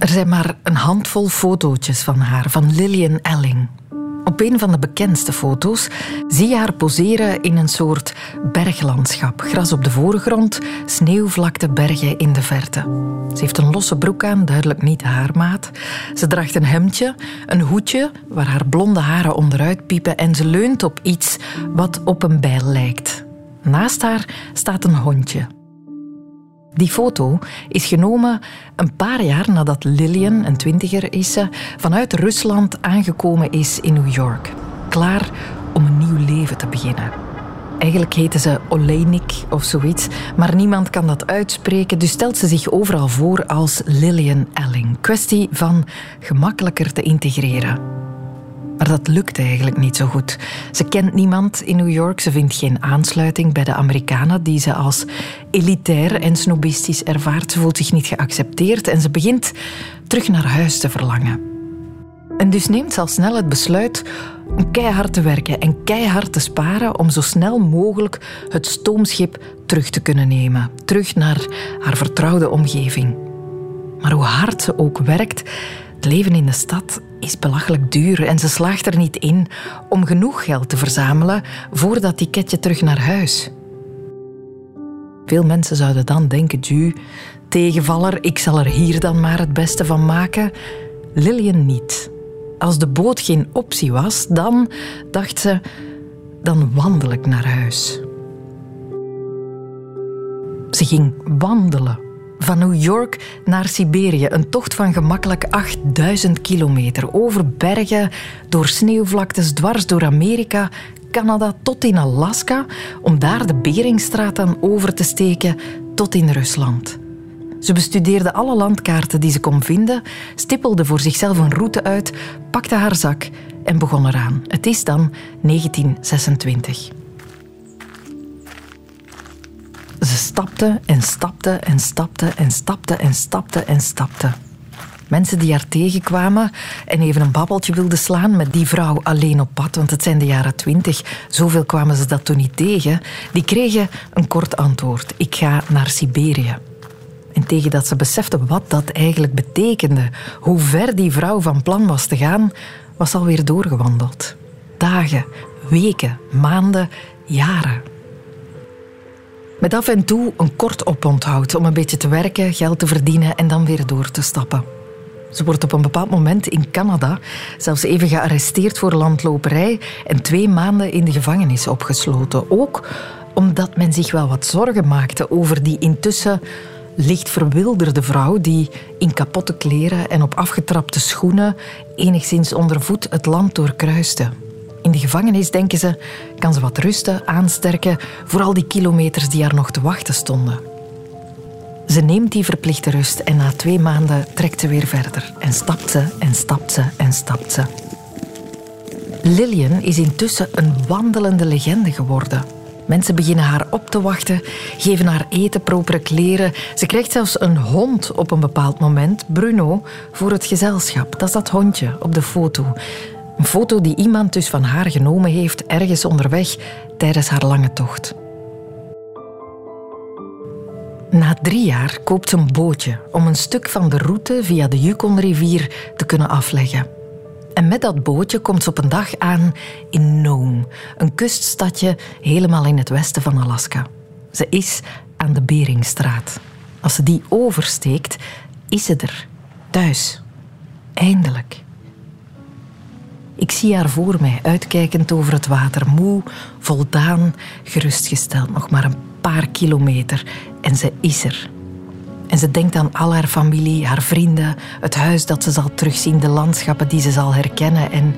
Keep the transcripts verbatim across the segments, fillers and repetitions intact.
Er zijn maar een handvol fotootjes van haar, van Lillian Alling. Op een van de bekendste foto's zie je haar poseren in een soort berglandschap. Gras op de voorgrond, sneeuwvlakte, bergen in de verte. Ze heeft een losse broek aan, duidelijk niet haar maat. Ze draagt een hemdje, een hoedje waar haar blonde haren onderuit piepen en ze leunt op iets wat op een bijl lijkt. Naast haar staat een hondje. Die foto is genomen een paar jaar nadat Lillian, een twintiger is ze, vanuit Rusland aangekomen is in New York. Klaar om een nieuw leven te beginnen. Eigenlijk heette ze Oleinik of zoiets, maar niemand kan dat uitspreken, dus stelt ze zich overal voor als Lillian Alling. Kwestie van gemakkelijker te integreren. Maar dat lukt eigenlijk niet zo goed. Ze kent niemand in New York. Ze vindt geen aansluiting bij de Amerikanen die ze als elitair en snobistisch ervaart. Ze voelt zich niet geaccepteerd en ze begint terug naar huis te verlangen. En dus neemt ze al snel het besluit om keihard te werken en keihard te sparen om zo snel mogelijk het stoomschip terug te kunnen nemen. Terug naar haar vertrouwde omgeving. Maar hoe hard ze ook werkt, het leven in de stad is belachelijk duur en ze slaagt er niet in om genoeg geld te verzamelen voor dat ticketje terug naar huis. Veel mensen zouden dan denken, "Ju, tegenvaller, ik zal er hier dan maar het beste van maken." Lillian niet. Als de boot geen optie was, dan, dacht ze, dan wandel ik naar huis. Ze ging wandelen. Van New York naar Siberië. Een tocht van gemakkelijk achtduizend kilometer. Over bergen, door sneeuwvlaktes, dwars door Amerika, Canada tot in Alaska, om daar de Beringstraat aan over te steken tot in Rusland. Ze bestudeerde alle landkaarten die ze kon vinden, stippelde voor zichzelf een route uit, pakte haar zak en begon eraan. Het is dan negentien zesentwintig. Ze stapte en stapte en stapte en stapte en stapte en stapte. Mensen die haar tegenkwamen en even een babbeltje wilden slaan met die vrouw alleen op pad, want het zijn de jaren twintig, zoveel kwamen ze dat toen niet tegen, die kregen een kort antwoord. Ik ga naar Siberië. En tegen dat ze besefte wat dat eigenlijk betekende, hoe ver die vrouw van plan was te gaan, was ze alweer doorgewandeld. Dagen, weken, maanden, jaren. Met af en toe een kort oponthoud om een beetje te werken, geld te verdienen en dan weer door te stappen. Ze wordt op een bepaald moment in Canada zelfs even gearresteerd voor landloperij en twee maanden in de gevangenis opgesloten. Ook omdat men zich wel wat zorgen maakte over die intussen licht verwilderde vrouw die in kapotte kleren en op afgetrapte schoenen enigszins onder voet het land doorkruiste. In de gevangenis, denken ze, kan ze wat rusten, aansterken voor al die kilometers die haar nog te wachten stonden. Ze neemt die verplichte rust en na twee maanden trekt ze weer verder. En stapt ze en stapt ze en stapt ze. Lillian is intussen een wandelende legende geworden. Mensen beginnen haar op te wachten, geven haar eten, propere kleren. Ze krijgt zelfs een hond op een bepaald moment, Bruno, voor het gezelschap. Dat is dat hondje op de foto. Een foto die iemand dus van haar genomen heeft ergens onderweg tijdens haar lange tocht. Na drie jaar koopt ze een bootje om een stuk van de route via de Yukonrivier te kunnen afleggen. En met dat bootje komt ze op een dag aan in Nome, een kuststadje helemaal in het westen van Alaska. Ze is aan de Beringstraat. Als ze die oversteekt, is ze er, thuis. Eindelijk. Ik zie haar voor mij, uitkijkend over het water, moe, voldaan, gerustgesteld. Nog maar een paar kilometer en ze is er. En ze denkt aan al haar familie, haar vrienden, het huis dat ze zal terugzien, de landschappen die ze zal herkennen. En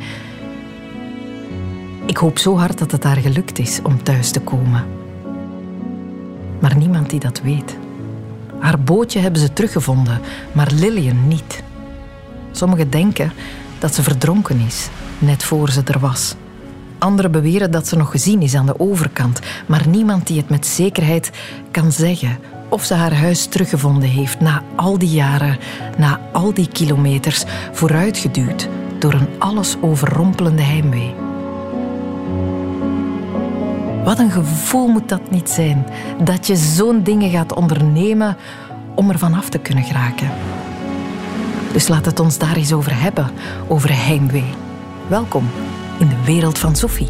ik hoop zo hard dat het haar gelukt is om thuis te komen. Maar niemand die dat weet. Haar bootje hebben ze teruggevonden, maar Lillian niet. Sommigen denken dat ze verdronken is, net voor ze er was. Anderen beweren dat ze nog gezien is aan de overkant, maar niemand die het met zekerheid kan zeggen of ze haar huis teruggevonden heeft na al die jaren, na al die kilometers, vooruitgeduwd door een alles overrompelende heimwee. Wat een gevoel moet dat niet zijn, dat je zo'n dingen gaat ondernemen om er vanaf te kunnen geraken. Dus laat het ons daar eens over hebben, over heimwee. Welkom in de wereld van Sophie.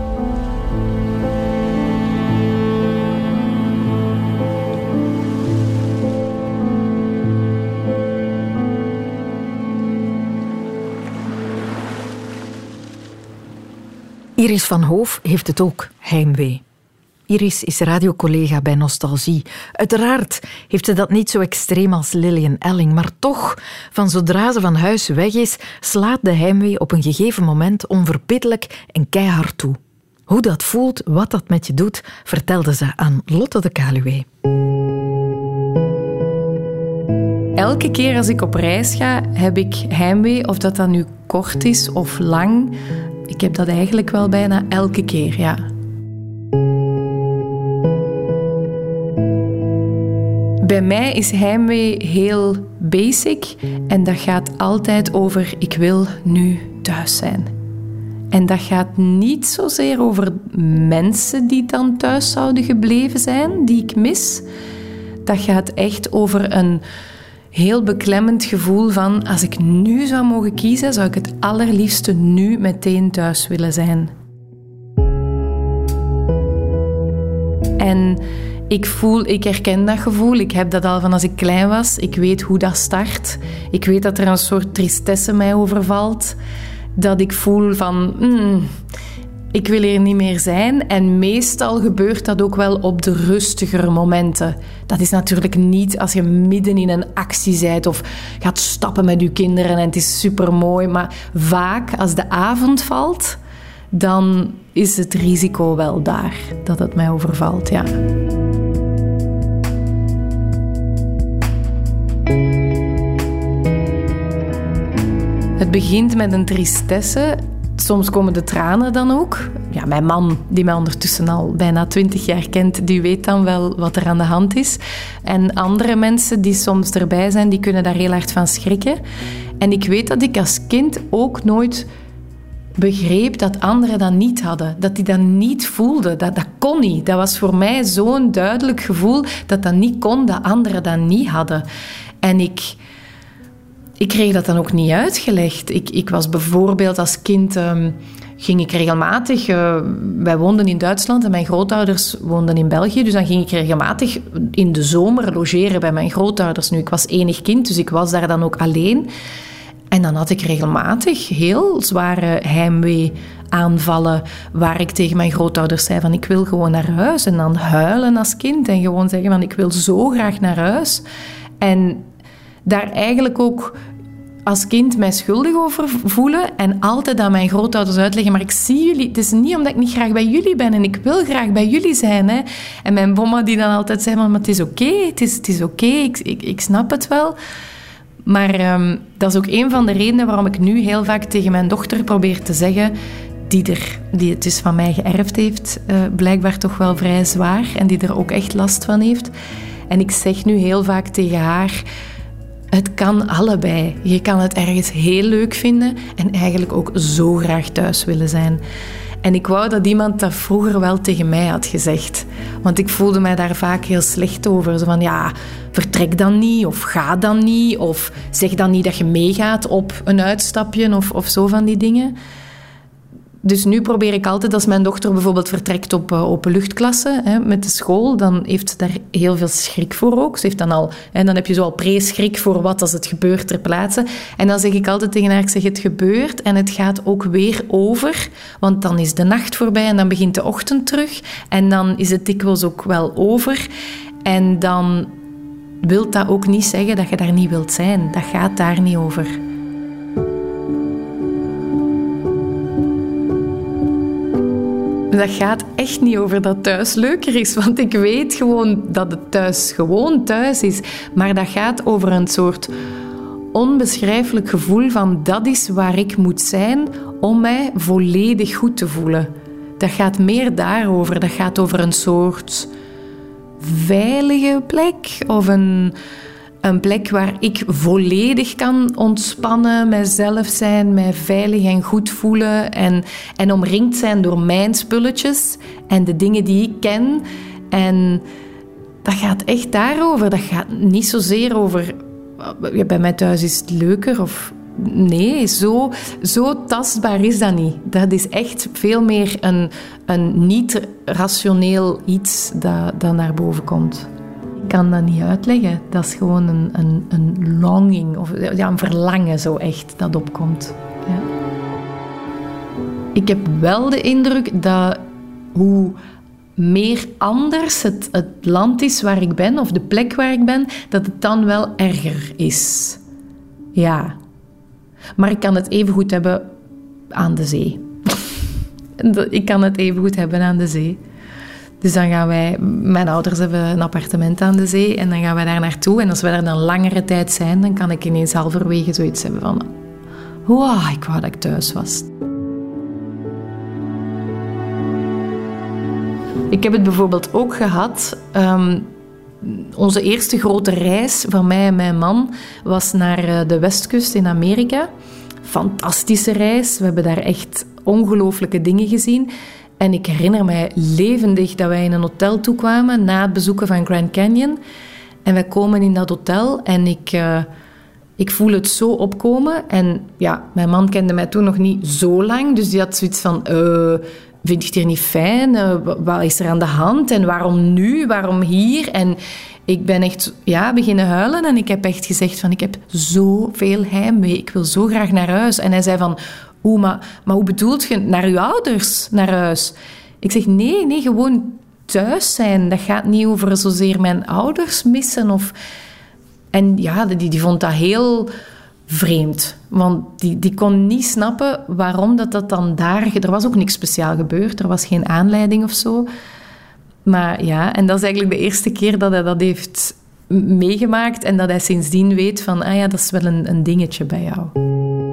Iris van Hoof heeft het ook, heimwee. Iris is radiocollega bij Nostalgie. Uiteraard heeft ze dat niet zo extreem als Lilian Elling, maar toch, van zodra ze van huis weg is, slaat de heimwee op een gegeven moment onverbiddelijk en keihard toe. Hoe dat voelt, wat dat met je doet, vertelde ze aan Lotte de Kaluwe. Elke keer als ik op reis ga, heb ik heimwee, of dat dan nu kort is of lang. Ik heb dat eigenlijk wel bijna elke keer, ja. Bij mij is heimwee heel basic en dat gaat altijd over ik wil nu thuis zijn. En dat gaat niet zozeer over mensen die dan thuis zouden gebleven zijn, die ik mis. Dat gaat echt over een heel beklemmend gevoel van als ik nu zou mogen kiezen, zou ik het allerliefste nu meteen thuis willen zijn. En ik voel, ik herken dat gevoel. Ik heb dat al van als ik klein was. Ik weet hoe dat start. Ik weet dat er een soort tristesse mij overvalt. Dat ik voel van, mm, ik wil hier niet meer zijn. En meestal gebeurt dat ook wel op de rustigere momenten. Dat is natuurlijk niet als je midden in een actie bent of gaat stappen met je kinderen en het is supermooi. Maar vaak, als de avond valt, dan is het risico wel daar dat het mij overvalt, ja. Het begint met een tristesse. Soms komen de tranen dan ook. Ja, mijn man, die mij ondertussen al bijna twintig jaar kent, die weet dan wel wat er aan de hand is. En andere mensen die soms erbij zijn, die kunnen daar heel hard van schrikken. En ik weet dat ik als kind ook nooit begreep dat anderen dat niet hadden. Dat die dat niet voelden. Dat, dat kon niet. Dat was voor mij zo'n duidelijk gevoel dat dat niet kon, dat anderen dat niet hadden. En ik... Ik kreeg dat dan ook niet uitgelegd. Ik, ik was bijvoorbeeld als kind... Um, ging ik regelmatig... Uh, wij woonden in Duitsland en mijn grootouders woonden in België. Dus dan ging ik regelmatig in de zomer logeren bij mijn grootouders. Nu, ik was enig kind, dus ik was daar dan ook alleen. En dan had ik regelmatig heel zware heimwee-aanvallen waar ik tegen mijn grootouders zei van ik wil gewoon naar huis. En dan huilen als kind en gewoon zeggen van ik wil zo graag naar huis. En daar eigenlijk ook als kind mij schuldig over voelen en altijd aan mijn grootouders uitleggen, maar ik zie jullie, het is niet omdat ik niet graag bij jullie ben en ik wil graag bij jullie zijn. Hè. En mijn bomma die dan altijd zei, maar het is oké, okay, het is, het is oké, okay, ik, ik, ik snap het wel. Maar um, dat is ook een van de redenen waarom ik nu heel vaak tegen mijn dochter probeer te zeggen, die, er, die het dus van mij geërfd heeft, uh, blijkbaar toch wel vrij zwaar en die er ook echt last van heeft. En ik zeg nu heel vaak tegen haar, het kan allebei. Je kan het ergens heel leuk vinden en eigenlijk ook zo graag thuis willen zijn. En ik wou dat iemand dat vroeger wel tegen mij had gezegd. Want ik voelde mij daar vaak heel slecht over. Zo van, ja, vertrek dan niet of ga dan niet. Of zeg dan niet dat je meegaat op een uitstapje of, of zo van die dingen. Dus nu probeer ik altijd, als mijn dochter bijvoorbeeld vertrekt op uh, openluchtklasse hè, met de school, dan heeft ze daar heel veel schrik voor ook. Ze heeft dan al, en dan heb je zo al pre-schrik voor wat als het gebeurt ter plaatse. En dan zeg ik altijd tegen haar, ik zeg, het gebeurt en het gaat ook weer over, want dan is de nacht voorbij en dan begint de ochtend terug en dan is het dikwijls ook wel over. En dan wil dat ook niet zeggen dat je daar niet wilt zijn. Dat gaat daar niet over. Dat gaat echt niet over dat thuis leuker is, want ik weet gewoon dat het thuis gewoon thuis is. Maar dat gaat over een soort onbeschrijfelijk gevoel van dat is waar ik moet zijn om mij volledig goed te voelen. Dat gaat meer daarover. Dat gaat over een soort veilige plek of een... Een plek waar ik volledig kan ontspannen, mijzelf zijn, mij veilig en goed voelen en, en omringd zijn door mijn spulletjes en de dingen die ik ken. En dat gaat echt daarover. Dat gaat niet zozeer over bij mij thuis is het leuker of... Nee, zo, zo tastbaar is dat niet. Dat is echt veel meer een, een niet-rationeel iets dat, dat naar boven komt. Ik kan dat niet uitleggen. Dat is gewoon een, een, een longing, of ja, een verlangen zo echt dat opkomt. Ja. Ik heb wel de indruk dat hoe meer anders het, het land is waar ik ben, of de plek waar ik ben, dat het dan wel erger is. Ja. Maar ik kan het evengoed hebben aan de zee. Ik kan het evengoed hebben aan de zee. Dus dan gaan wij... Mijn ouders hebben een appartement aan de zee en dan gaan wij daar naartoe. En als we daar dan langere tijd zijn, dan kan ik ineens halverwege zoiets hebben van... Wow, ik wou dat ik thuis was. Ik heb het bijvoorbeeld ook gehad... Um, Onze eerste grote reis van mij en mijn man was naar de Westkust in Amerika. Fantastische reis. We hebben daar echt ongelooflijke dingen gezien. En ik herinner mij levendig dat wij in een hotel toekwamen na het bezoeken van Grand Canyon. En wij komen in dat hotel en ik, uh, ik voel het zo opkomen. En ja, mijn man kende mij toen nog niet zo lang, dus die had zoiets van... Uh, Vind je het hier niet fijn? Uh, wat is er aan de hand? En waarom nu? Waarom hier? En ik ben echt ja, beginnen huilen. En ik heb echt gezegd van... Ik heb zoveel heimwee. Ik wil zo graag naar huis. En hij zei van... Oeh, maar, maar hoe bedoelt je? Naar uw ouders? Naar huis? Ik zeg, nee, nee, gewoon thuis zijn. Dat gaat niet over zozeer mijn ouders missen. Of... En ja, die, die vond dat heel... vreemd. Want die, die kon niet snappen waarom dat, dat dan daar... Er was ook niks speciaal gebeurd. Er was geen aanleiding of zo. Maar ja, en dat is eigenlijk de eerste keer dat hij dat heeft meegemaakt en dat hij sindsdien weet van... Ah ja, dat is wel een, een dingetje bij jou.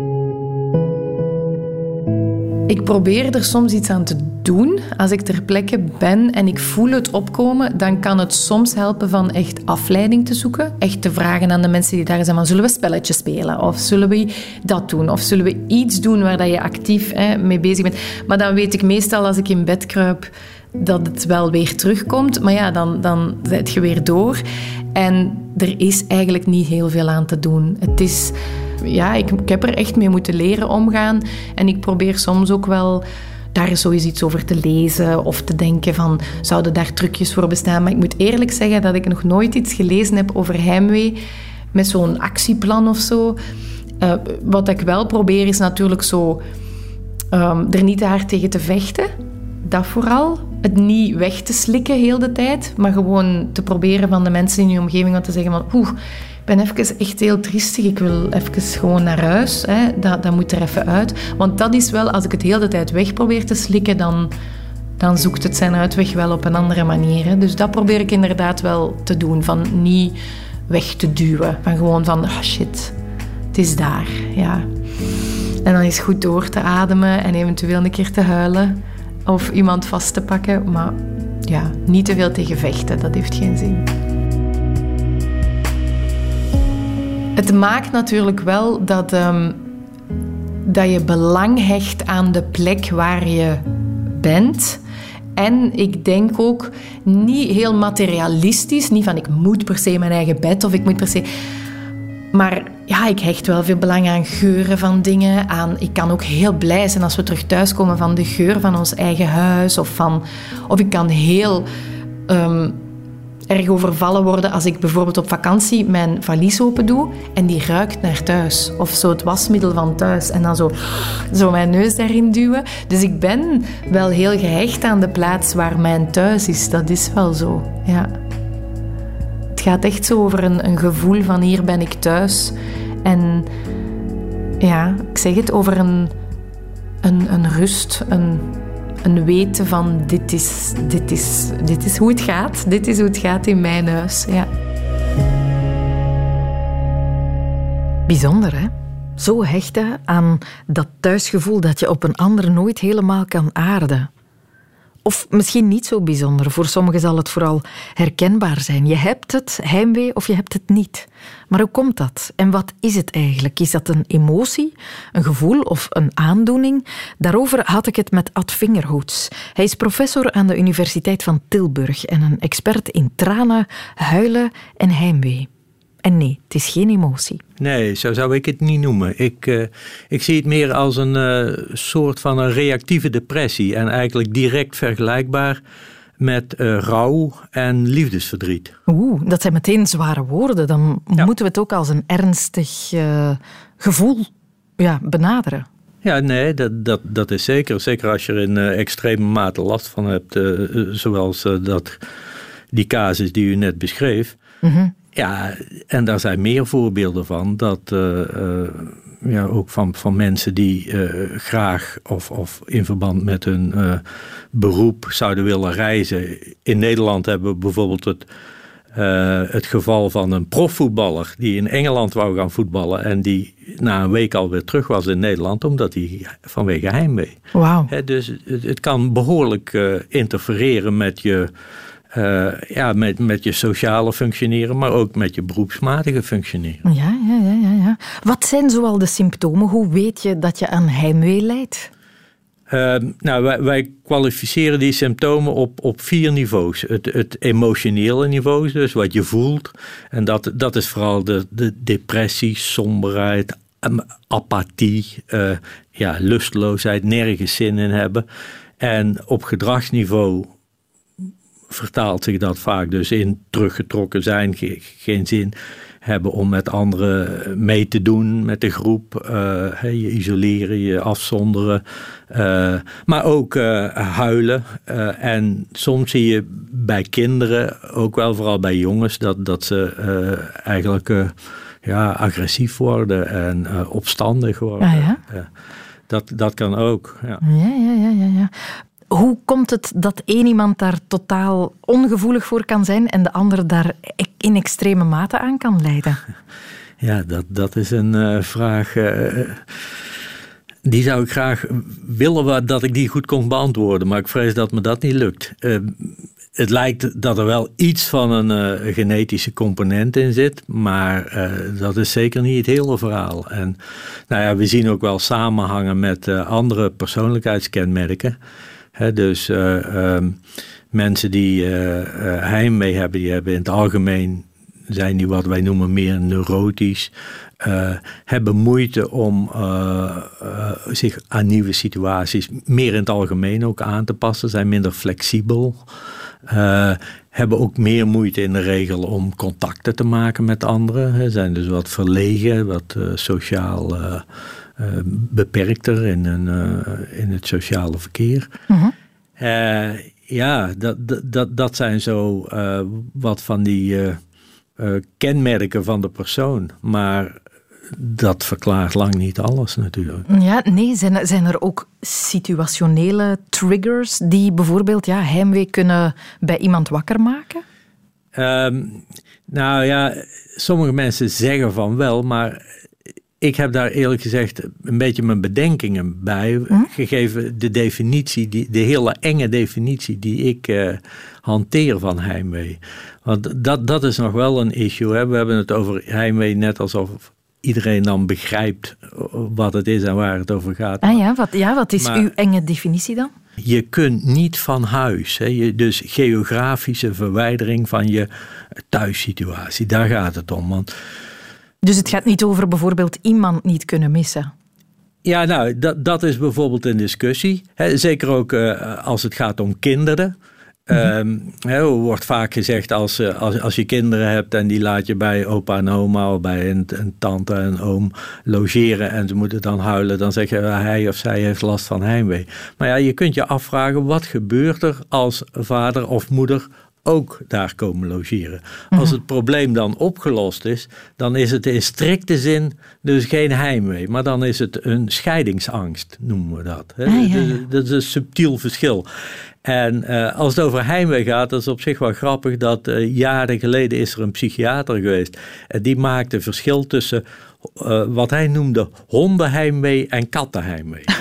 Ik probeer er soms iets aan te doen. Als ik ter plekke ben en ik voel het opkomen, dan kan het soms helpen van echt afleiding te zoeken. Echt te vragen aan de mensen die daar zijn van, zullen we spelletjes spelen? Of zullen we dat doen? Of zullen we iets doen waar dat je actief hè, mee bezig bent? Maar dan weet ik meestal als ik in bed kruip dat het wel weer terugkomt. Maar ja, dan, dan zet je weer door. En er is eigenlijk niet heel veel aan te doen. Het is... Ja, ik, ik heb er echt mee moeten leren omgaan. En ik probeer soms ook wel daar sowieso iets over te lezen of te denken van, zouden daar trucjes voor bestaan? Maar ik moet eerlijk zeggen dat ik nog nooit iets gelezen heb over heimwee met zo'n actieplan of zo. Uh, wat ik wel probeer is natuurlijk zo um, er niet te hard tegen te vechten. Dat vooral. Het niet weg te slikken heel de tijd, maar gewoon te proberen van de mensen in je omgeving om te zeggen van, oeh, ik ben even echt heel triestig, ik wil even gewoon naar huis. Hè. Dat, dat moet er even uit. Want dat is wel, als ik het heel de tijd weg probeer te slikken, dan, dan zoekt het zijn uitweg wel op een andere manier. Hè. Dus dat probeer ik inderdaad wel te doen, van niet weg te duwen. Van gewoon van, oh shit, het is daar. Ja. En dan is het goed door te ademen en eventueel een keer te huilen. Of iemand vast te pakken, maar ja, niet te veel tegen vechten, dat heeft geen zin. Het maakt natuurlijk wel dat, um, dat je belang hecht aan de plek waar je bent. En ik denk ook niet heel materialistisch, niet van ik moet per se mijn eigen bed of ik moet per se... Maar ja, ik hecht wel veel belang aan geuren van dingen. Aan, ik kan ook heel blij zijn als we terug thuiskomen van de geur van ons eigen huis. Of, van, of ik kan heel um, erg overvallen worden als ik bijvoorbeeld op vakantie mijn valies open doe en die ruikt naar thuis. Of zo het wasmiddel van thuis. En dan zo, zo mijn neus daarin duwen. Dus ik ben wel heel gehecht aan de plaats waar mijn thuis is. Dat is wel zo, ja. Het gaat echt zo over een, een gevoel van hier ben ik thuis. En ja, ik zeg het, over een, een, een rust, een, een weten van dit is, dit, is, dit is hoe het gaat. Dit is hoe het gaat in mijn huis, ja. Bijzonder, hè? Zo hechten aan dat thuisgevoel dat je op een ander nooit helemaal kan aarden. Of misschien niet zo bijzonder. Voor sommigen zal het vooral herkenbaar zijn. Je hebt het, heimwee, of je hebt het niet. Maar hoe komt dat? En wat is het eigenlijk? Is dat een emotie, een gevoel of een aandoening? Daarover had ik het met Ad Vingerhoets. Hij is professor aan de Universiteit van Tilburg en een expert in tranen, huilen en heimwee. En nee, het is geen emotie. Nee, zo zou ik het niet noemen. Ik, uh, ik zie het meer als een uh, soort van een reactieve depressie. En eigenlijk direct vergelijkbaar met uh, rouw en liefdesverdriet. Oeh, dat zijn meteen zware woorden. Dan ja. moeten we het ook als een ernstig uh, gevoel ja, benaderen. Ja, nee, dat, dat, dat is zeker. Zeker als je er in uh, extreme mate last van hebt. Uh, uh, zoals uh, dat, die casus die u net beschreef. Mm-hmm. Ja, en daar zijn meer voorbeelden van. Dat uh, uh, ja, ook van, van mensen die uh, graag of, of in verband met hun uh, beroep zouden willen reizen. In Nederland hebben we bijvoorbeeld het, uh, het geval van een profvoetballer die in Engeland wou gaan voetballen en die na een week alweer terug was in Nederland omdat hij vanwege heimwee. Wauw. He, dus het, het kan behoorlijk uh, interfereren met je Uh, ja, met, met je sociale functioneren, maar ook met je beroepsmatige functioneren. Ja, ja, ja, ja, ja. Wat zijn zoal de symptomen? Hoe weet je dat je aan heimwee lijdt? Uh, nou, wij, wij kwalificeren die symptomen op, op vier niveaus. Het, het emotionele niveau, dus wat je voelt. En dat, dat is vooral de, de depressie, somberheid, apathie, uh, ja, lusteloosheid, nergens zin in hebben. En op gedragsniveau vertaalt zich dat vaak dus in teruggetrokken zijn, ge- geen zin hebben om met anderen mee te doen met de groep, uh, je isoleren, je afzonderen, uh, maar ook uh, huilen. Uh, en soms zie je bij kinderen, ook wel vooral bij jongens, dat, dat ze uh, eigenlijk uh, ja, agressief worden en uh, opstandig worden. Ah, ja? uh, dat, dat kan ook. Ja. Ja, ja, ja, ja, ja. Hoe komt het dat één iemand daar totaal ongevoelig voor kan zijn en de ander daar in extreme mate aan kan lijden? Ja, dat, dat is een uh, vraag. Uh, die zou ik graag willen dat ik die goed kon beantwoorden, maar ik vrees dat me dat niet lukt. Uh, het lijkt dat er wel iets van een uh, genetische component in zit, maar uh, dat is zeker niet het hele verhaal. En nou ja, we zien ook wel samenhangen met uh, andere persoonlijkheidskenmerken. He, dus uh, um, mensen die uh, uh, heimwee hebben, die hebben in het algemeen, zijn die wat wij noemen meer neurotisch, uh, hebben moeite om uh, uh, zich aan nieuwe situaties meer in het algemeen ook aan te passen, zijn minder flexibel, uh, hebben ook meer moeite in de regel om contacten te maken met anderen, he, zijn dus wat verlegen, wat uh, sociaal uh, Uh, beperkter in, een, uh, in het sociale verkeer. Mm-hmm. Uh, ja, dat, dat, dat zijn zo uh, wat van die uh, uh, kenmerken van de persoon. Maar dat verklaart lang niet alles natuurlijk. Ja, nee, zijn er, zijn er ook situationele triggers die bijvoorbeeld ja, heimwee kunnen bij iemand wakker maken? Um, nou ja, sommige mensen zeggen van wel, maar ik heb daar eerlijk gezegd een beetje mijn bedenkingen bij, hm? gegeven de definitie, die, de hele enge definitie die ik uh, hanteer van heimwee. Want dat, dat is nog wel een issue. Hè? We hebben het over heimwee net alsof iedereen dan begrijpt wat het is en waar het over gaat. Ah ja, wat, ja, wat is maar, uw enge definitie dan? Je kunt niet van huis. Hè? Je, dus geografische verwijdering van je thuissituatie, daar gaat het om. Want dus het gaat niet over bijvoorbeeld iemand niet kunnen missen? Ja, nou, dat, dat is bijvoorbeeld een discussie. He, zeker ook uh, als het gaat om kinderen. Mm-hmm. Um, er wordt vaak gezegd als, als, als je kinderen hebt en die laat je bij opa en oma of bij een, een tante en oom logeren en ze moeten dan huilen, dan zeg je hij of zij heeft last van heimwee. Maar ja, je kunt je afvragen wat gebeurt er als vader of moeder ook daar komen logeren. Als mm-hmm. het probleem dan opgelost is, dan is het in strikte zin dus geen heimwee, maar dan is het een scheidingsangst, noemen we dat. Hè? Ah, ja, ja. Dat is een subtiel verschil. En uh, als het over heimwee gaat, dat is op zich wel grappig dat uh, jaren geleden is er een psychiater geweest. En die maakte verschil tussen uh, wat hij noemde hondenheimwee en kattenheimwee.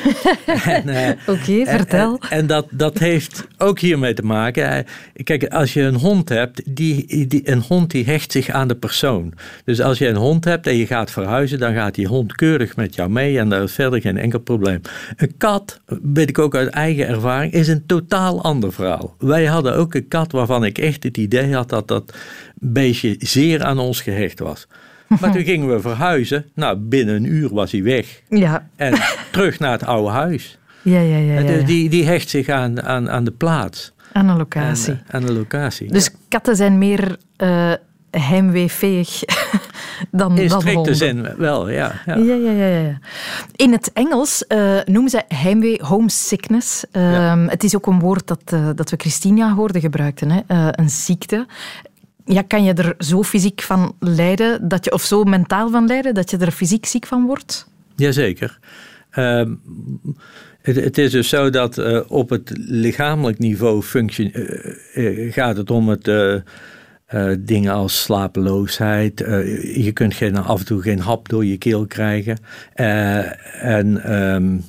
uh, Oké, okay, vertel. En, en dat, dat heeft ook hiermee te maken. Kijk, als je een hond hebt, die, die, een hond die hecht zich aan de persoon. Dus als je een hond hebt en je gaat verhuizen, dan gaat die hond keurig met jou mee en daar is verder geen enkel probleem. Een kat, weet ik ook uit eigen ervaring, is een totaal ander verhaal. Wij hadden ook een kat waarvan ik echt het idee had dat dat beestje zeer aan ons gehecht was. Maar toen gingen we verhuizen. Nou, binnen een uur was hij weg. Ja. En terug naar het oude huis. Ja, ja, ja. ja, ja. Die, die hecht zich aan, aan, aan de plaats. Aan een locatie. En, aan de locatie. Dus ja. Katten zijn meer uh, heimweefähig dan, in dan honden. In strikte zin wel, ja. Ja, ja, ja, ja, ja. In het Engels uh, noemen ze heimwee homesickness. Uh, ja. Het is ook een woord dat, uh, dat we Christina hoorden gebruikten. Hè? Uh, een ziekte. Ja, kan je er zo fysiek van lijden, dat je, of zo mentaal van lijden, dat je er fysiek ziek van wordt? Jazeker. Uh, het, het is dus zo dat uh, op het lichamelijk niveau functie, uh, uh, gaat het om het uh, uh, dingen als slapeloosheid. Uh, je kunt geen, af en toe geen hap door je keel krijgen. Uh, en um,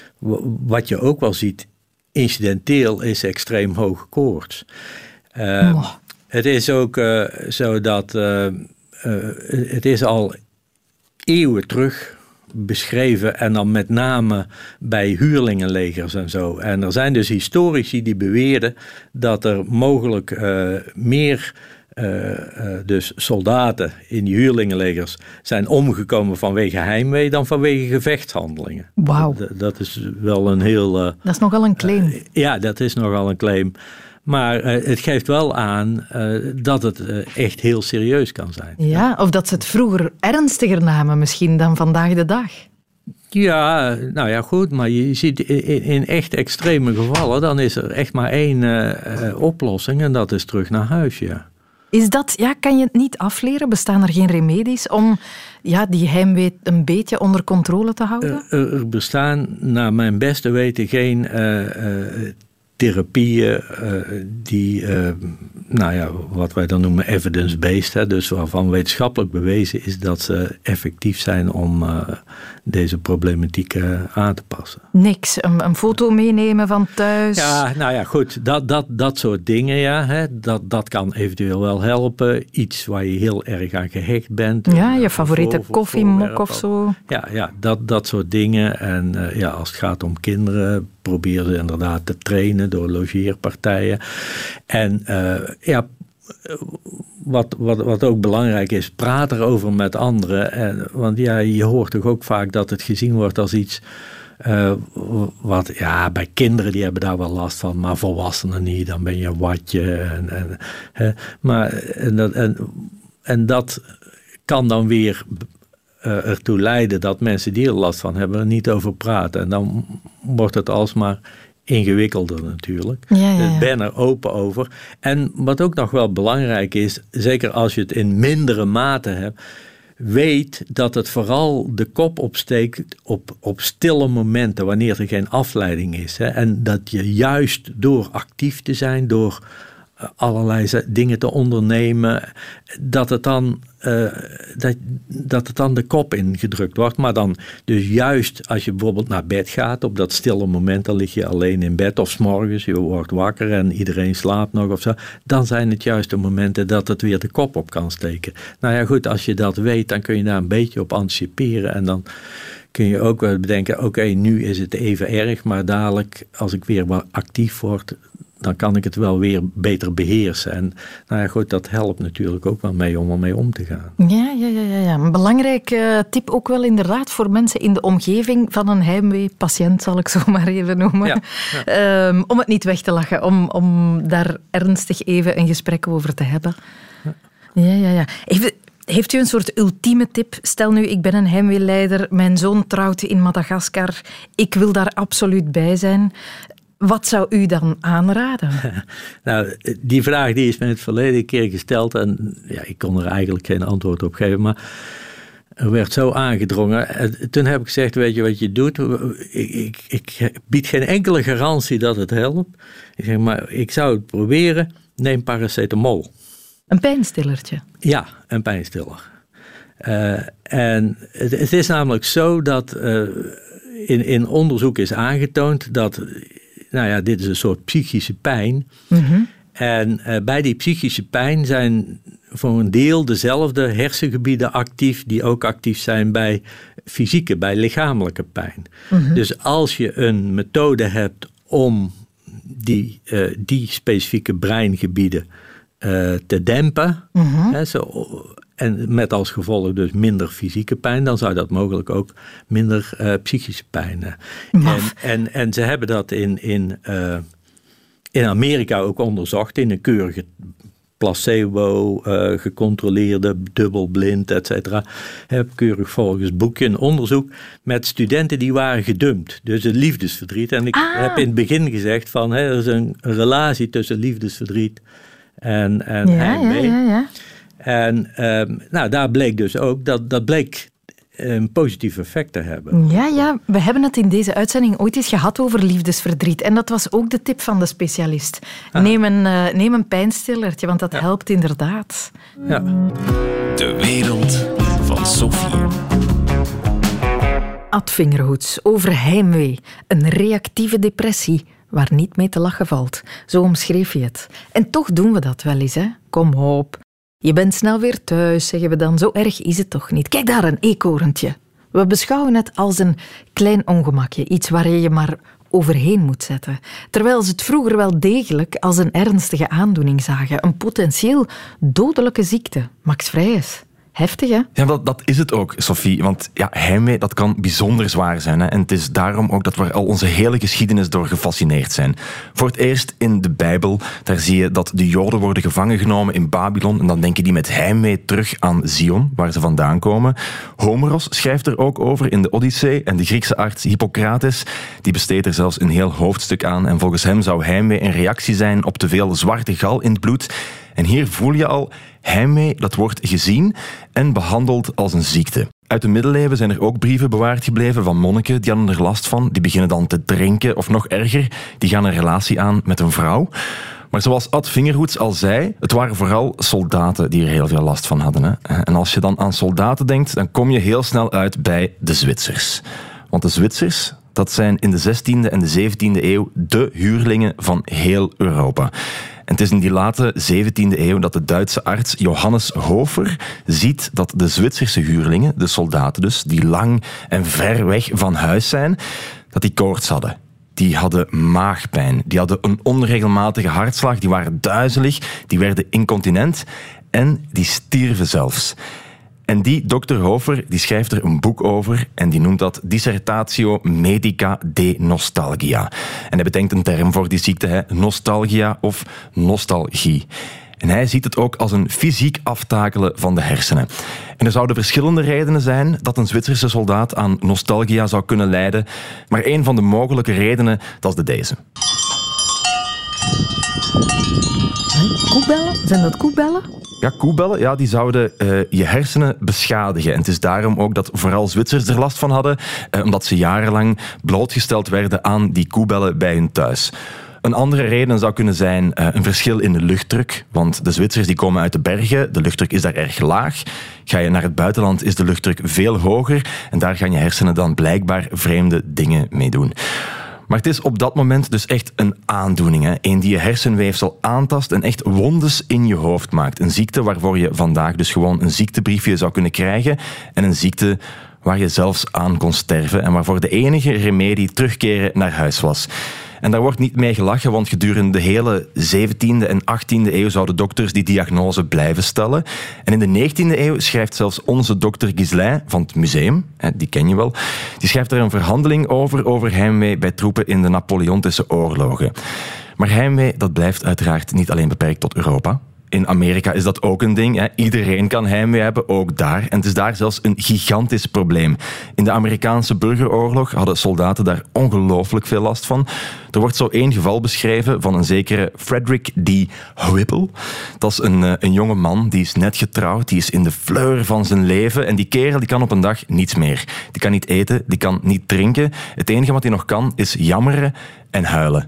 wat je ook wel ziet, incidenteel is extreem hoge koorts. Uh, oh. Het is ook uh, zo dat uh, uh, het is al eeuwen terug beschreven en dan met name bij huurlingenlegers en zo. En er zijn dus historici die beweerden dat er mogelijk uh, meer uh, uh, dus soldaten in die huurlingenlegers zijn omgekomen vanwege heimwee dan vanwege gevechtshandelingen. Wauw. Dat, dat is wel een heel... Uh, dat is nogal een claim. Uh, ja, dat is nogal een claim. Maar uh, het geeft wel aan uh, dat het uh, echt heel serieus kan zijn. Ja, of dat ze het vroeger ernstiger namen misschien dan vandaag de dag. Ja, nou ja, goed. Maar je ziet in, in echt extreme gevallen, dan is er echt maar één uh, uh, oplossing en dat is terug naar huis, ja. Is dat, ja, kan je het niet afleren? Bestaan er geen remedies om ja, die heimwee een beetje onder controle te houden? Uh, er bestaan, naar mijn beste weten, geen... Uh, uh, therapieën uh, die, uh, nou ja, wat wij dan noemen evidence-based, hè, dus waarvan wetenschappelijk bewezen is dat ze effectief zijn om uh, deze problematiek uh, aan te passen. Niks, een, een foto meenemen van thuis? Ja, nou ja, goed, dat, dat, dat soort dingen, ja, hè, dat, dat kan eventueel wel helpen. Iets waar je heel erg aan gehecht bent. Ja, je favoriete koffiemok of zo. Ja, ja dat, dat soort dingen. En uh, ja, als het gaat om kinderen, probeer ze inderdaad te trainen door logeerpartijen. En uh, ja, wat, wat, wat ook belangrijk is, praat erover met anderen. En, want ja, je hoort toch ook vaak dat het gezien wordt als iets... Uh, wat, ja, bij kinderen die hebben daar wel last van, maar volwassenen niet, dan ben je een watje. En, en, hè, maar, en, dat, en, en dat kan dan weer uh, ertoe leiden dat mensen die er last van hebben er niet over praten. En dan wordt het alsmaar ingewikkelder natuurlijk. Ja, ja, ja. Dus ben er open over. En wat ook nog wel belangrijk is, zeker als je het in mindere mate hebt, weet dat het vooral de kop opsteekt op, op stille momenten, wanneer er geen afleiding is. Hè. En dat je juist door actief te zijn, door uh, allerlei dingen te ondernemen, dat het dan, uh, dat, dat het dan de kop ingedrukt wordt. Maar dan dus juist als je bijvoorbeeld naar bed gaat, op dat stille moment, dan lig je alleen in bed of 's morgens, je wordt wakker en iedereen slaapt nog of zo. Dan zijn het juist de momenten dat het weer de kop op kan steken. Nou ja goed, als je dat weet, dan kun je daar een beetje op anticiperen en dan kun je ook wel bedenken, oké, okay, nu is het even erg, maar dadelijk als ik weer wat actief word, dan kan ik het wel weer beter beheersen. En nou ja, goed, dat helpt natuurlijk ook wel mee om ermee om te gaan. Ja, ja, ja, ja. Een belangrijke uh, tip ook wel inderdaad voor mensen in de omgeving van een heimwee-patiënt, zal ik zo maar even noemen. Ja, ja. Um, om het niet weg te lachen, om, om daar ernstig even een gesprek over te hebben. Ja, ja, ja. ja. Even, heeft u een soort ultieme tip? Stel nu, ik ben een heimweeleider, mijn zoon trouwt in Madagaskar, ik wil daar absoluut bij zijn. Wat zou u dan aanraden? Nou, die vraag die is me het verleden keer gesteld en ja, ik kon er eigenlijk geen antwoord op geven, maar er werd zo aangedrongen. En toen heb ik gezegd, weet je wat je doet? Ik, ik, ik bied geen enkele garantie dat het helpt. Ik zeg, maar ik zou het proberen. Neem paracetamol. Een pijnstillertje? Ja, een pijnstiller. Uh, en het, het is namelijk zo dat... Uh, in, in onderzoek is aangetoond dat, nou ja, dit is een soort psychische pijn. Mm-hmm. En uh, bij die psychische pijn zijn voor een deel dezelfde hersengebieden actief die ook actief zijn bij fysieke, bij lichamelijke pijn. Mm-hmm. Dus als je een methode hebt om die, uh, die specifieke breingebieden uh, te dempen, Mm-hmm. hè, zo, en met als gevolg dus minder fysieke pijn, dan zou dat mogelijk ook minder uh, psychische pijn. Uh. En, en, en ze hebben dat in, in, uh, in Amerika ook onderzocht in een keurige placebo, uh, gecontroleerde, dubbelblind, et cetera. Keurig volgens boekje een onderzoek met studenten die waren gedumpt. Dus het liefdesverdriet. En ik ah. heb in het begin gezegd van, hè, er is een, een relatie tussen liefdesverdriet en, en ja, heimwee. Ja, ja, ja. En um, nou, daar bleek dus ook, dat, dat bleek een positief effect te hebben. Ja, ja, we hebben het in deze uitzending ooit eens gehad over liefdesverdriet. En dat was ook de tip van de specialist. Ah. Neem, een, uh, neem een pijnstillertje, want dat ja. helpt inderdaad. Ja. De wereld van Sophie. Ad Vingerhoets over heimwee. Een reactieve depressie waar niet mee te lachen valt. Zo omschreef je het. En toch doen we dat wel eens, hè? Kom op. Je bent snel weer thuis, zeggen we dan. Zo erg is het toch niet? Kijk daar, een eekhoorntje. We beschouwen het als een klein ongemakje. Iets waar je je maar overheen moet zetten. Terwijl ze het vroeger wel degelijk als een ernstige aandoening zagen. Een potentieel dodelijke ziekte. Max Vrijs. Heftig, hè? Ja, dat, dat is het ook, Sophie. Want ja, heimwee, dat kan bijzonder zwaar zijn. Hè? En het is daarom ook dat we al onze hele geschiedenis door gefascineerd zijn. Voor het eerst in de Bijbel, daar zie je dat de Joden worden gevangen genomen in Babylon. En dan denken die met heimwee terug aan Zion, waar ze vandaan komen. Homeros schrijft er ook over in de Odyssee. En de Griekse arts Hippocrates, die besteedt er zelfs een heel hoofdstuk aan. En volgens hem zou heimwee een reactie zijn op te veel zwarte gal in het bloed. En hier voel je al, heimwee, dat wordt gezien en behandeld als een ziekte. Uit de middeleeuwen zijn er ook brieven bewaard gebleven van monniken, die hadden er last van. Die beginnen dan te drinken, of nog erger, die gaan een relatie aan met een vrouw. Maar zoals Ad Vingerhoets al zei, het waren vooral soldaten die er heel veel last van hadden. Hè. En als je dan aan soldaten denkt, dan kom je heel snel uit bij de Zwitsers. Want de Zwitsers, dat zijn in de zestiende en de zeventiende eeuw de huurlingen van heel Europa. En het is in die late zeventiende eeuw dat de Duitse arts Johannes Hofer ziet dat de Zwitserse huurlingen, de soldaten dus, die lang en ver weg van huis zijn, dat die koorts hadden. Die hadden maagpijn, die hadden een onregelmatige hartslag, die waren duizelig, die werden incontinent en die stierven zelfs. En die dokter Hofer die schrijft er een boek over en die noemt dat Dissertatio Medica de Nostalgia. En hij bedenkt een term voor die ziekte, hè, nostalgia of nostalgie. En hij ziet het ook als een fysiek aftakelen van de hersenen. En er zouden verschillende redenen zijn dat een Zwitserse soldaat aan nostalgia zou kunnen lijden. Maar een van de mogelijke redenen, dat is de deze. Koebellen? Zijn dat koebellen? Ja, koebellen, ja, die zouden uh, je hersenen beschadigen. En het is daarom ook dat vooral Zwitsers er last van hadden, uh, omdat ze jarenlang blootgesteld werden aan die koebellen bij hun thuis. Een andere reden zou kunnen zijn uh, een verschil in de luchtdruk. Want de Zwitsers die komen uit de bergen, de luchtdruk is daar erg laag. Ga je naar het buitenland is de luchtdruk veel hoger. En daar gaan je hersenen dan blijkbaar vreemde dingen mee doen. Maar het is op dat moment dus echt een aandoening. Hè? Een die je hersenweefsel aantast en echt wondes in je hoofd maakt. Een ziekte waarvoor je vandaag dus gewoon een ziektebriefje zou kunnen krijgen. En een ziekte waar je zelfs aan kon sterven. En waarvoor de enige remedie terugkeren naar huis was. En daar wordt niet mee gelachen, want gedurende de hele zeventiende en achttiende eeuw zouden dokters die diagnose blijven stellen. En in de negentiende eeuw schrijft zelfs onze dokter Gislain van het museum, die ken je wel, die schrijft er een verhandeling over, over heimwee bij troepen in de Napoleontische oorlogen. Maar heimwee, dat blijft uiteraard niet alleen beperkt tot Europa. In Amerika is dat ook een ding. Hè. Iedereen kan heimwee hebben, ook daar. En het is daar zelfs een gigantisch probleem. In de Amerikaanse burgeroorlog hadden soldaten daar ongelooflijk veel last van. Er wordt zo één geval beschreven van een zekere Frederick D. Whipple. Dat is een, een jonge man, die is net getrouwd, die is in de fleur van zijn leven. En die kerel die kan op een dag niets meer. Die kan niet eten, die kan niet drinken. Het enige wat hij nog kan is jammeren en huilen.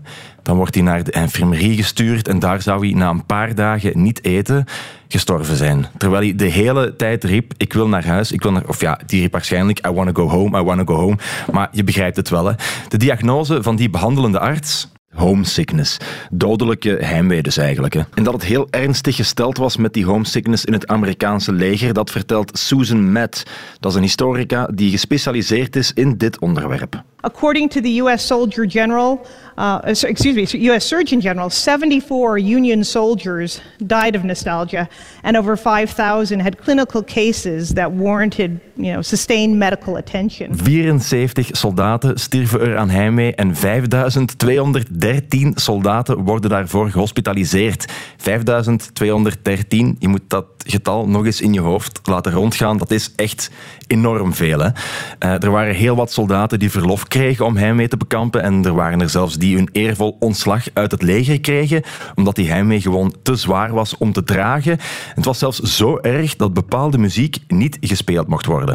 Dan wordt hij naar de infirmerie gestuurd en daar zou hij na een paar dagen niet eten gestorven zijn. Terwijl hij de hele tijd riep, ik wil naar huis, ik wil naar... Of ja, die riep waarschijnlijk, I want to go home, I want to go home. Maar je begrijpt het wel, hè. De diagnose van die behandelende arts... Homesickness. Dodelijke heimwee dus eigenlijk. Hè. En dat het heel ernstig gesteld was met die homesickness in het Amerikaanse leger, dat vertelt Susan Matt. Dat is een historica die gespecialiseerd is in dit onderwerp. According to the U S Soldier General, uh, excuse me, U S Surgeon General, seventy-four Union soldiers died of nostalgia, and over five thousand had clinical cases that warranted, you know, sustained medical attention. vierenzeventig soldaten stierven er aan heimwee en vijfduizend tweehonderddertien soldaten worden daarvoor gehospitaliseerd. vijfduizend tweehonderddertien, je moet dat getal nog eens in je hoofd laten rondgaan. Dat is echt enorm veel. Hè? Uh, er waren heel wat soldaten die verlof kregen om heimwee te bekampen en er waren er zelfs die hun eervol ontslag uit het leger kregen, omdat die heimwee gewoon te zwaar was om te dragen. Het was zelfs zo erg dat bepaalde muziek niet gespeeld mocht worden.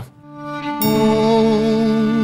Home,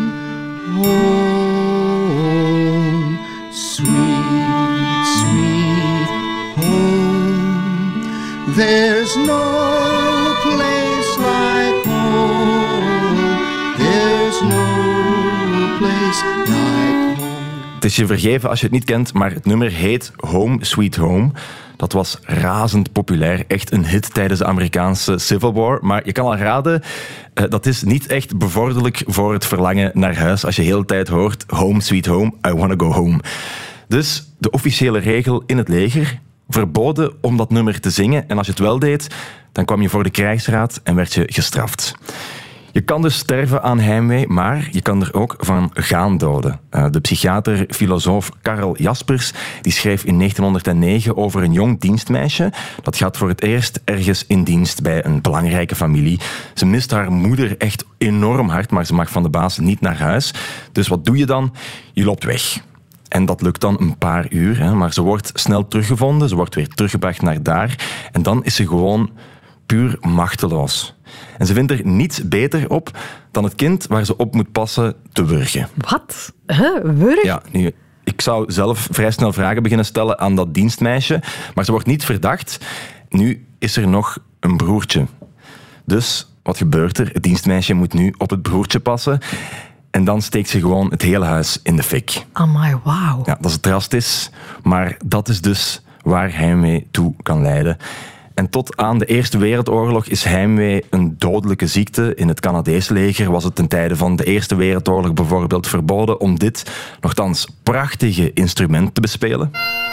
home, sweet, sweet home. There's no place like home. There's no place like home. Het is je vergeven als je het niet kent, maar het nummer heet Home Sweet Home. Dat was razend populair, echt een hit tijdens de Amerikaanse Civil War. Maar je kan al raden, uh, dat is niet echt bevorderlijk voor het verlangen naar huis als je de hele tijd hoort Home Sweet Home, I wanna go home. Dus de officiële regel in het leger, verboden om dat nummer te zingen. En als je het wel deed, dan kwam je voor de krijgsraad en werd je gestraft. Je kan dus sterven aan heimwee, maar je kan er ook van gaan doden. Uh, de psychiater-filosoof Karl Jaspers die schreef in negentienhonderdnegen over een jong dienstmeisje. Dat gaat voor het eerst ergens in dienst bij een belangrijke familie. Ze mist haar moeder echt enorm hard, maar ze mag van de baas niet naar huis. Dus wat doe je dan? Je loopt weg. En dat lukt dan een paar uur, hè, maar ze wordt snel teruggevonden. Ze wordt weer teruggebracht naar daar. En dan is ze gewoon puur machteloos. En ze vindt er niets beter op dan het kind waar ze op moet passen te wurgen. Wat? Huh? Wurg? Ja, nu, ik zou zelf vrij snel vragen beginnen stellen aan dat dienstmeisje, maar ze wordt niet verdacht. Nu is er nog een broertje. Dus, wat gebeurt er? Het dienstmeisje moet nu op het broertje passen. En dan steekt ze gewoon het hele huis in de fik. Amai, wauw. Ja, dat is drastisch, maar dat is dus waar heimwee toe kan leiden. En tot aan de Eerste Wereldoorlog is heimwee een dodelijke ziekte. In het Canadese leger was het ten tijde van de Eerste Wereldoorlog bijvoorbeeld verboden om dit, nochtans prachtige instrument te bespelen.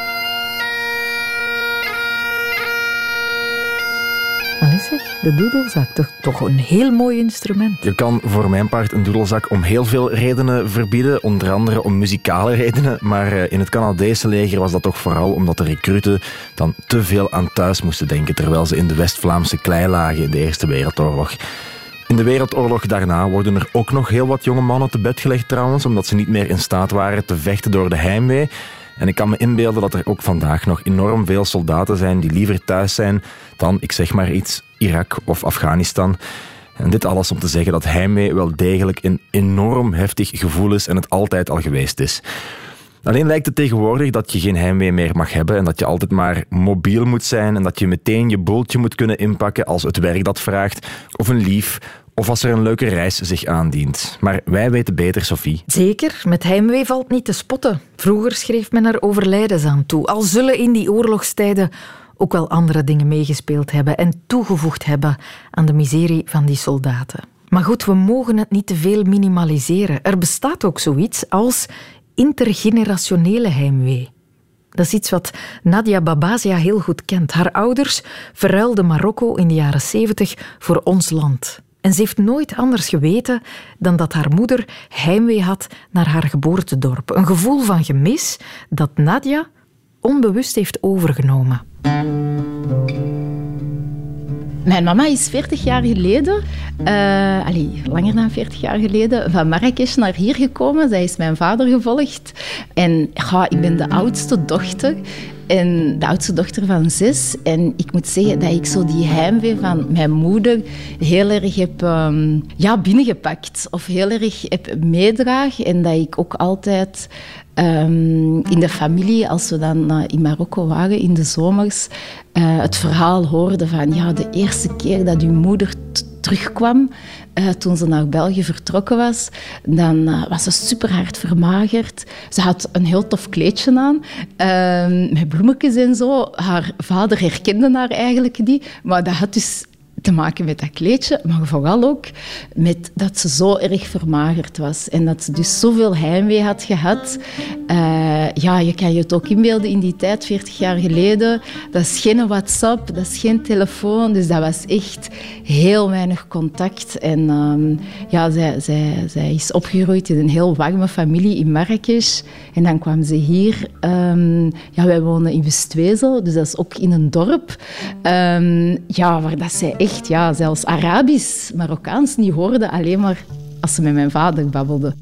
Allee zeg, de doedelzak, toch, toch een heel mooi instrument. Je kan voor mijn part een doedelzak om heel veel redenen verbieden, onder andere om muzikale redenen, maar in het Canadese leger was dat toch vooral omdat de recruten dan te veel aan thuis moesten denken, terwijl ze in de West-Vlaamse klei lagen in de Eerste Wereldoorlog. In de Wereldoorlog daarna worden er ook nog heel wat jonge mannen te bed gelegd trouwens, omdat ze niet meer in staat waren te vechten door de heimwee. En ik kan me inbeelden dat er ook vandaag nog enorm veel soldaten zijn die liever thuis zijn dan, ik zeg maar iets, Irak of Afghanistan. En dit alles om te zeggen dat heimwee wel degelijk een enorm heftig gevoel is en het altijd al geweest is. Alleen lijkt het tegenwoordig dat je geen heimwee meer mag hebben en dat je altijd maar mobiel moet zijn en dat je meteen je boeltje moet kunnen inpakken als het werk dat vraagt, of een lief, of als er een leuke reis zich aandient. Maar wij weten beter, Sophie. Zeker, met heimwee valt niet te spotten. Vroeger schreef men er overlijdens aan toe. Al zullen in die oorlogstijden ook wel andere dingen meegespeeld hebben en toegevoegd hebben aan de miserie van die soldaten. Maar goed, we mogen het niet te veel minimaliseren. Er bestaat ook zoiets als intergenerationele heimwee. Dat is iets wat Nadia Babazia heel goed kent. Haar ouders verruilden Marokko in de jaren zeventig voor ons land. En ze heeft nooit anders geweten dan dat haar moeder heimwee had naar haar geboortedorp. Een gevoel van gemis dat Nadia onbewust heeft overgenomen. Mijn mama is veertig jaar geleden, uh, allee, langer dan veertig jaar geleden, van Marrakesh naar hier gekomen. Zij is mijn vader gevolgd. En ja, ik ben de oudste dochter. En de oudste dochter van zes. En ik moet zeggen dat ik zo die heimwee van mijn moeder heel erg heb um, ja, binnengepakt. Of heel erg heb meedragen. En dat ik ook altijd um, in de familie, als we dan uh, in Marokko waren in de zomers, uh, het verhaal hoorden van ja, de eerste keer dat uw moeder t- terugkwam, uh, toen ze naar België vertrokken was, dan uh, was ze super hard vermagerd. Ze had een heel tof kleedje aan, uh, met bloemetjes en zo. Haar vader herkende haar eigenlijk niet, maar dat had dus te maken met dat kleedje, maar vooral ook met dat ze zo erg vermagerd was en dat ze dus zoveel heimwee had gehad. Uh, ja, je kan je het ook inbeelden in die tijd, veertig jaar geleden. Dat is geen WhatsApp, dat is geen telefoon, dus dat was echt heel weinig contact. En um, ja, zij, zij, zij is opgegroeid in een heel warme familie in Marrakesh. En dan kwam ze hier. Um, ja, wij wonen in Westwezel, dus dat is ook in een dorp. Um, ja, waar dat zij echt ja, zelfs Arabisch, Marokkaans niet hoorde, alleen maar als ze met mijn vader babbelde.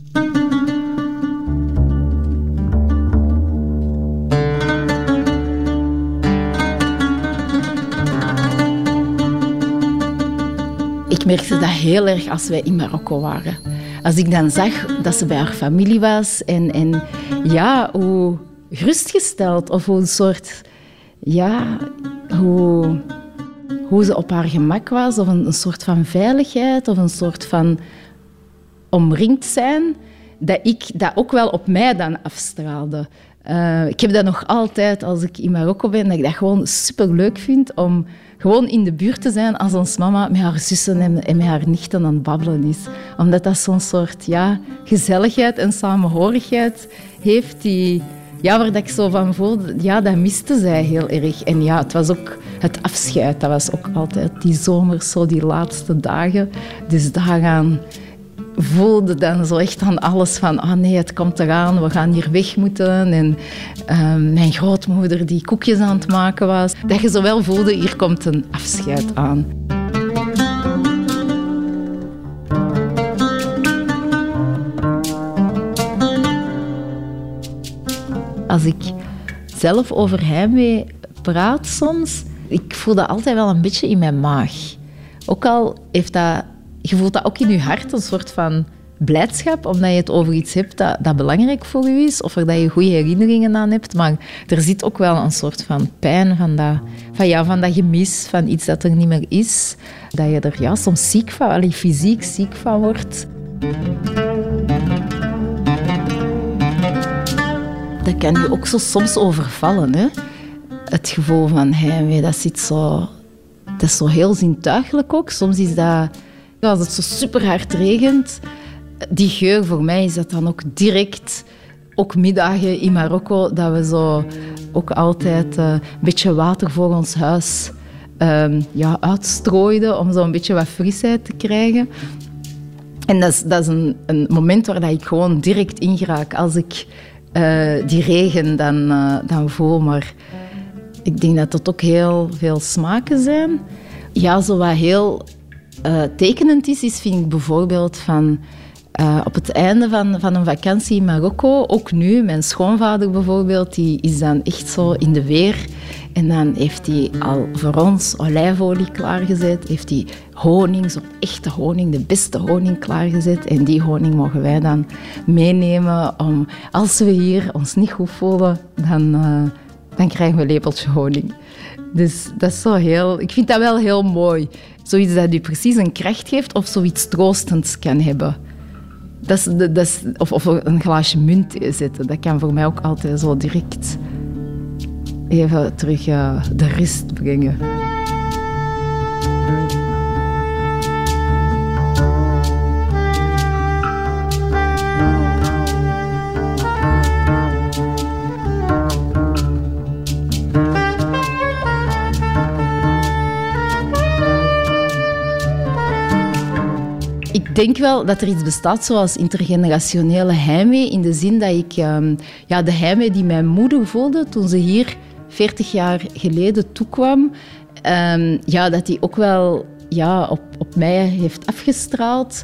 Ik merkte dat heel erg als wij in Marokko waren. Als ik dan zag dat ze bij haar familie was en, en ja, hoe gerustgesteld of hoe een soort, ja, hoe... hoe ze op haar gemak was, of een, een soort van veiligheid, of een soort van omringd zijn, dat ik dat ook wel op mij dan afstraalde. Uh, ik heb dat nog altijd als ik in Marokko ben, dat ik dat gewoon superleuk vind om gewoon in de buurt te zijn als ons mama met haar zussen en, en met haar nichten aan het babbelen is. Omdat dat zo'n soort ja, gezelligheid en samenhorigheid heeft die... Ja, waar dat ik zo van voelde, ja, dat miste zij heel erg. En ja, het was ook het afscheid. Dat was ook altijd die zomers, zo die laatste dagen. Dus daaraan voelde dan zo echt aan alles van, ah oh nee, het komt eraan, we gaan hier weg moeten. En uh, mijn grootmoeder die koekjes aan het maken was. Dat je zo wel voelde, hier komt een afscheid aan. Als ik zelf over heimwee praat soms, ik voel dat altijd wel een beetje in mijn maag. Ook al heeft dat, je voelt dat ook in je hart, een soort van blijdschap, omdat je het over iets hebt dat, dat belangrijk voor je is, of er dat je goede herinneringen aan hebt. Maar er zit ook wel een soort van pijn van dat, van, ja, van dat gemis, van iets dat er niet meer is. Dat je er ja, soms ziek van, allee, fysiek ziek van wordt. Dat kan je ook zo soms overvallen, hè? Het gevoel van heimwee, dat zit zo... Dat is zo heel zintuigelijk ook. Soms is dat... Als het zo super hard regent, die geur, voor mij is dat dan ook direct... Ook middagen in Marokko, dat we zo ook altijd uh, een beetje water voor ons huis um, ja, uitstrooiden, om zo een beetje wat frisheid te krijgen. En dat is, dat is een, een moment waar dat ik gewoon direct ingeraak als ik... Uh, die regen dan, uh, dan voel. Maar ik denk dat dat ook heel veel smaken zijn. Ja, zo wat heel uh, tekenend is, is vind ik bijvoorbeeld van... Uh, op het einde van, van een vakantie in Marokko, ook nu, mijn schoonvader bijvoorbeeld, die is dan echt zo in de weer. En dan heeft hij al voor ons olijfolie klaargezet, heeft hij honing, zo echte honing, de beste honing klaargezet. En die honing mogen wij dan meenemen om, als we hier ons niet goed voelen, dan, uh, dan krijgen we een lepeltje honing. Dus dat is zo heel... Ik vind dat wel heel mooi. Zoiets dat je precies een kracht geeft of zoiets troostends kan hebben. Dat is, dat is, of, of een glaasje munt zetten, dat kan voor mij ook altijd zo direct even terug uh, de rust brengen. Ik denk wel dat er iets bestaat zoals intergenerationele heimwee, in de zin dat ik um, ja, de heimwee die mijn moeder voelde toen ze hier veertig jaar geleden toekwam, um, ja, dat die ook wel ja, op, op mij heeft afgestraald.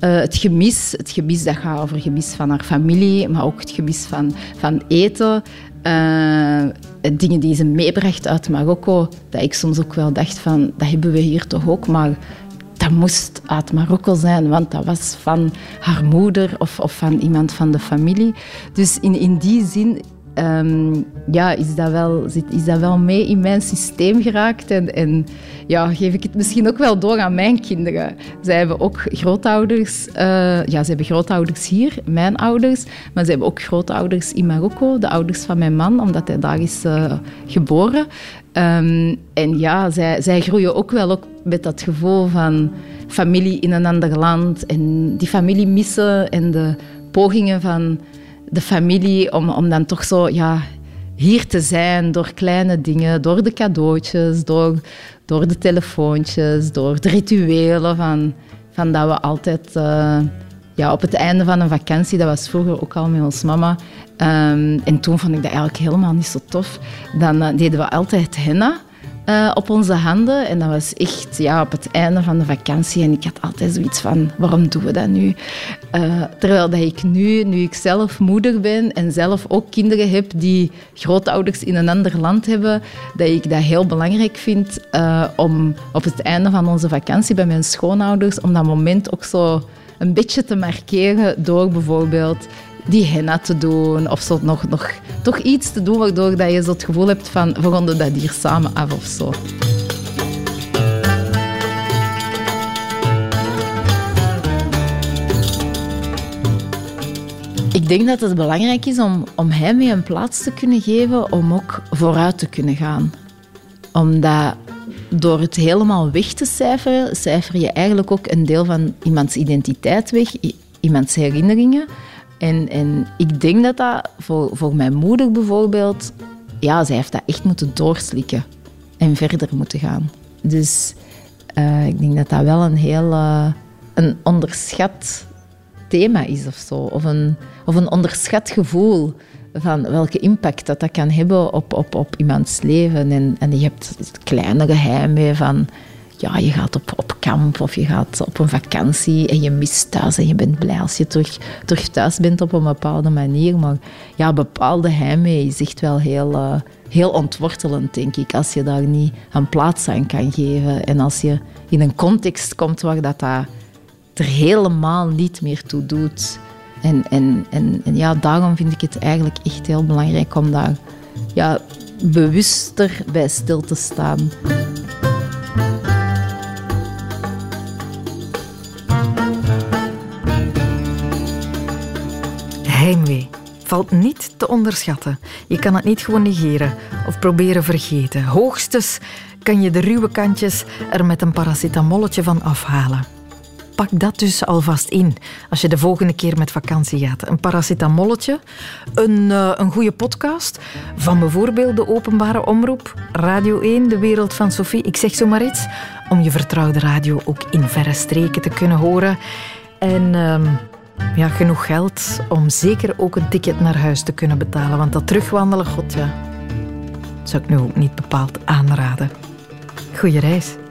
Uh, het gemis, het gemis, dat gaat over gemis van haar familie, maar ook het gemis van, van eten. Uh, dingen die ze meebracht uit Marokko, dat ik soms ook wel dacht van, dat hebben we hier toch ook, maar dat moest uit Marokko zijn, want dat was van haar moeder of, of van iemand van de familie. Dus in, in die zin um, ja, is, dat wel, is dat wel mee in mijn systeem geraakt. En, en ja, geef ik het misschien ook wel door aan mijn kinderen. Zij hebben ook grootouders. Uh, ja, ze hebben grootouders hier, mijn ouders. Maar ze hebben ook grootouders in Marokko, de ouders van mijn man, omdat hij daar is uh, geboren. Um, en ja, zij, zij groeien ook wel ook met dat gevoel van familie in een ander land. En die familie missen en de pogingen van de familie om, om dan toch zo ja, hier te zijn door kleine dingen, door de cadeautjes, door, door de telefoontjes, door de rituelen van, van dat we altijd uh, ja, op het einde van een vakantie, dat was vroeger ook al met ons mama, um, en toen vond ik dat eigenlijk helemaal niet zo tof, dan uh, deden we altijd henna Uh, op onze handen. En dat was echt ja, op het einde van de vakantie. En ik had altijd zoiets van, waarom doen we dat nu? Uh, terwijl dat ik nu, nu ik zelf moeder ben en zelf ook kinderen heb die grootouders in een ander land hebben, dat ik dat heel belangrijk vind uh, om op het einde van onze vakantie bij mijn schoonouders, om dat moment ook zo een beetje te markeren door bijvoorbeeld die henna te doen of zo nog, nog toch iets te doen waardoor dat je zo het gevoel hebt van we ronden dat hier samen af of zo. Ik denk dat het belangrijk is om, om hem een plaats te kunnen geven om ook vooruit te kunnen gaan. Omdat door het helemaal weg te cijferen, cijfer je eigenlijk ook een deel van iemands identiteit weg, iemands herinneringen. En, en ik denk dat dat voor, voor mijn moeder bijvoorbeeld, ja, zij heeft dat echt moeten doorslikken en verder moeten gaan. Dus uh, ik denk dat dat wel een heel uh, een onderschat thema is of zo. Of een, of een onderschat gevoel van welke impact dat, dat kan hebben op, op, op iemands leven. En, en je hebt het kleine geheim van ja, je gaat op, op kamp of je gaat op een vakantie en je mist thuis en je bent blij als je terug, terug thuis bent op een bepaalde manier. Maar ja, bepaalde heimwee is echt wel heel, uh, heel ontwortelend, denk ik, als je daar niet een plaats aan kan geven. En als je in een context komt waar dat, dat er helemaal niet meer toe doet. En, en, en, en ja, daarom vind ik het eigenlijk echt heel belangrijk om daar ja, bewuster bij stil te staan. Heimwee valt niet te onderschatten. Je kan het niet gewoon negeren of proberen vergeten. Hoogstens kan je de ruwe kantjes er met een paracetamolletje van afhalen. Pak dat dus alvast in als je de volgende keer met vakantie gaat. Een paracetamolletje, een, uh, een goede podcast van bijvoorbeeld de openbare omroep, Radio één, De Wereld van Sophie. Ik zeg zomaar iets, om je vertrouwde radio ook in verre streken te kunnen horen. En Uh, Ja, genoeg geld om zeker ook een ticket naar huis te kunnen betalen. Want dat terugwandelen, god ja, zou ik nu ook niet bepaald aanraden. Goeie reis.